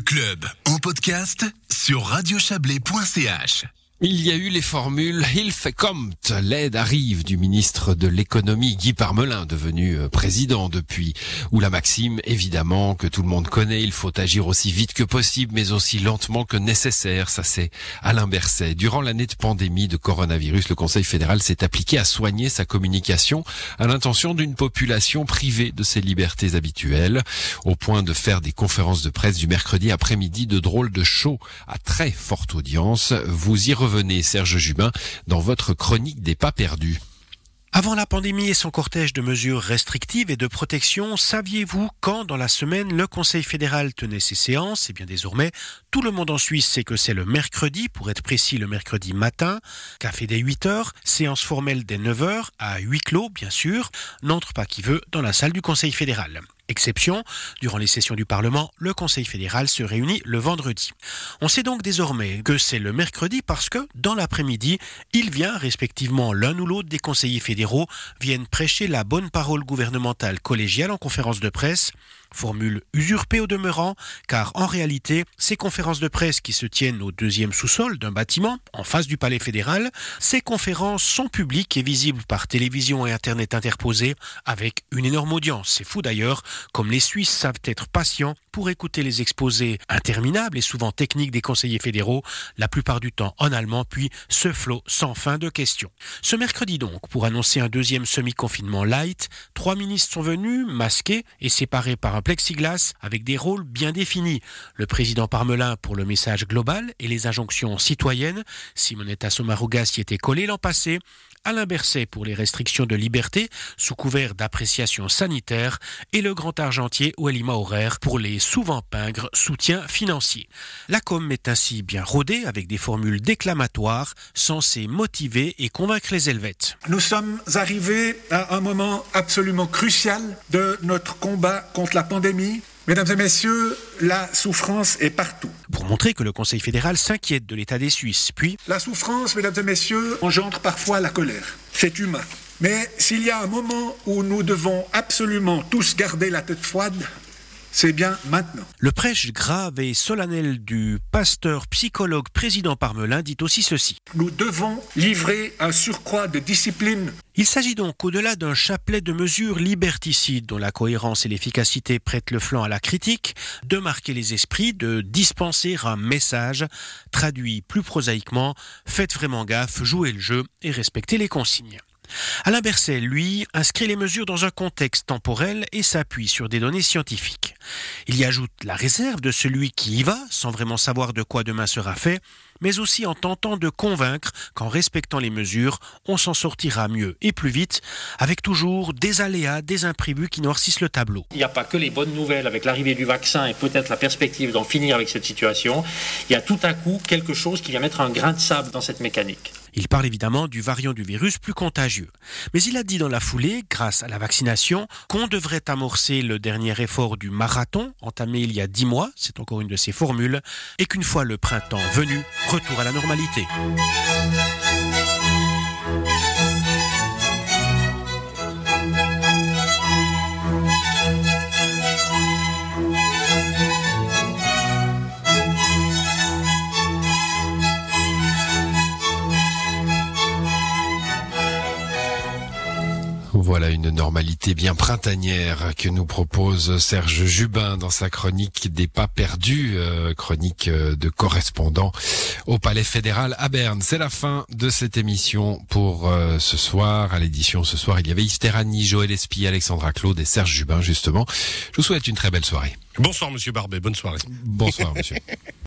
club en podcast sur radiochablais.ch. Il y a eu les formules « Hilfe kommt », l'aide arrive du ministre de l'économie Guy Parmelin, devenu président depuis, ou la maxime évidemment que tout le monde connaît, il faut agir aussi vite que possible mais aussi lentement que nécessaire, ça c'est Alain Berset. Durant l'année de pandémie de coronavirus, le Conseil fédéral s'est appliqué à soigner sa communication à l'intention d'une population privée de ses libertés habituelles, au point de faire des conférences de presse du mercredi après-midi de drôles de shows à très forte audience. Vous y revenez, Serge Jubin, dans votre chronique des pas perdus. Avant la pandémie et son cortège de mesures restrictives et de protection, saviez-vous quand dans la semaine le Conseil fédéral tenait ses séances ? Eh bien désormais, tout le monde en Suisse sait que c'est le mercredi, pour être précis le mercredi matin, café dès 8h, séance formelle dès 9h, à huis clos bien sûr, n'entre pas qui veut dans la salle du Conseil fédéral. Exception, durant les sessions du Parlement, le Conseil fédéral se réunit le vendredi. On sait donc désormais que c'est le mercredi parce que, dans l'après-midi, il vient, respectivement l'un ou l'autre des conseillers fédéraux, viennent prêcher la bonne parole gouvernementale collégiale en conférence de presse, formule usurpée au demeurant, car en réalité, ces conférences de presse qui se tiennent au deuxième sous-sol d'un bâtiment, en face du palais fédéral, ces conférences sont publiques et visibles par télévision et internet interposées, avec une énorme audience. C'est fou d'ailleurs, comme les Suisses savent être patients pour écouter les exposés interminables et souvent techniques des conseillers fédéraux, la plupart du temps en allemand, puis ce flot sans fin de questions. Ce mercredi donc, pour annoncer un deuxième semi-confinement light, 3 ministres sont venus, masqués et séparés par un plexiglas avec des rôles bien définis. Le président Parmelin pour le message global et les injonctions citoyennes, Simonetta Sommaruga s'y était collée l'an passé, Alain Berset pour les restrictions de liberté sous couvert d'appréciation sanitaire et le grand argentier Wally Maurer pour les souvent pingres soutiens financiers. La com est ainsi bien rodée avec des formules déclamatoires censées motiver et convaincre les Helvètes. Nous sommes arrivés à un moment absolument crucial de notre combat contre la pandémie. Mesdames et messieurs, la souffrance est partout. Pour montrer que le Conseil fédéral s'inquiète de l'état des Suisses, puis... La souffrance, mesdames et messieurs, engendre parfois la colère. C'est humain. Mais s'il y a un moment où nous devons absolument tous garder la tête froide, c'est bien maintenant. Le prêche grave et solennel du pasteur psychologue président Parmelin dit aussi ceci. Nous devons livrer un surcroît de discipline. Il s'agit donc, au-delà d'un chapelet de mesures liberticides dont la cohérence et l'efficacité prêtent le flanc à la critique, de marquer les esprits, de dispenser un message, traduit plus prosaïquement, faites vraiment gaffe, jouez le jeu et respectez les consignes. Alain Berset, lui, inscrit les mesures dans un contexte temporel et s'appuie sur des données scientifiques. Il y ajoute la réserve de celui qui y va, sans vraiment savoir de quoi demain sera fait, mais aussi en tentant de convaincre qu'en respectant les mesures, on s'en sortira mieux et plus vite, avec toujours des aléas, des imprévus qui noircissent le tableau. Il n'y a pas que les bonnes nouvelles avec l'arrivée du vaccin et peut-être la perspective d'en finir avec cette situation. Il y a tout à coup quelque chose qui vient mettre un grain de sable dans cette mécanique. Il parle évidemment du variant du virus plus contagieux. Mais il a dit dans la foulée, grâce à la vaccination, qu'on devrait amorcer le dernier effort du marathon, entamé il y a 10 mois, c'est encore une de ses formules, et qu'une fois le printemps venu, retour à la normalité. Voilà une normalité bien printanière que nous propose Serge Jubin dans sa chronique des pas perdus, chronique de correspondant au Palais fédéral à Berne. C'est la fin de cette émission pour ce soir. À l'édition ce soir, il y avait Yves Terrani, Joël Espy, Alexandra Claude et Serge Jubin justement. Je vous souhaite une très belle soirée. Bonsoir Monsieur Barbet, bonne soirée. Bonsoir Monsieur.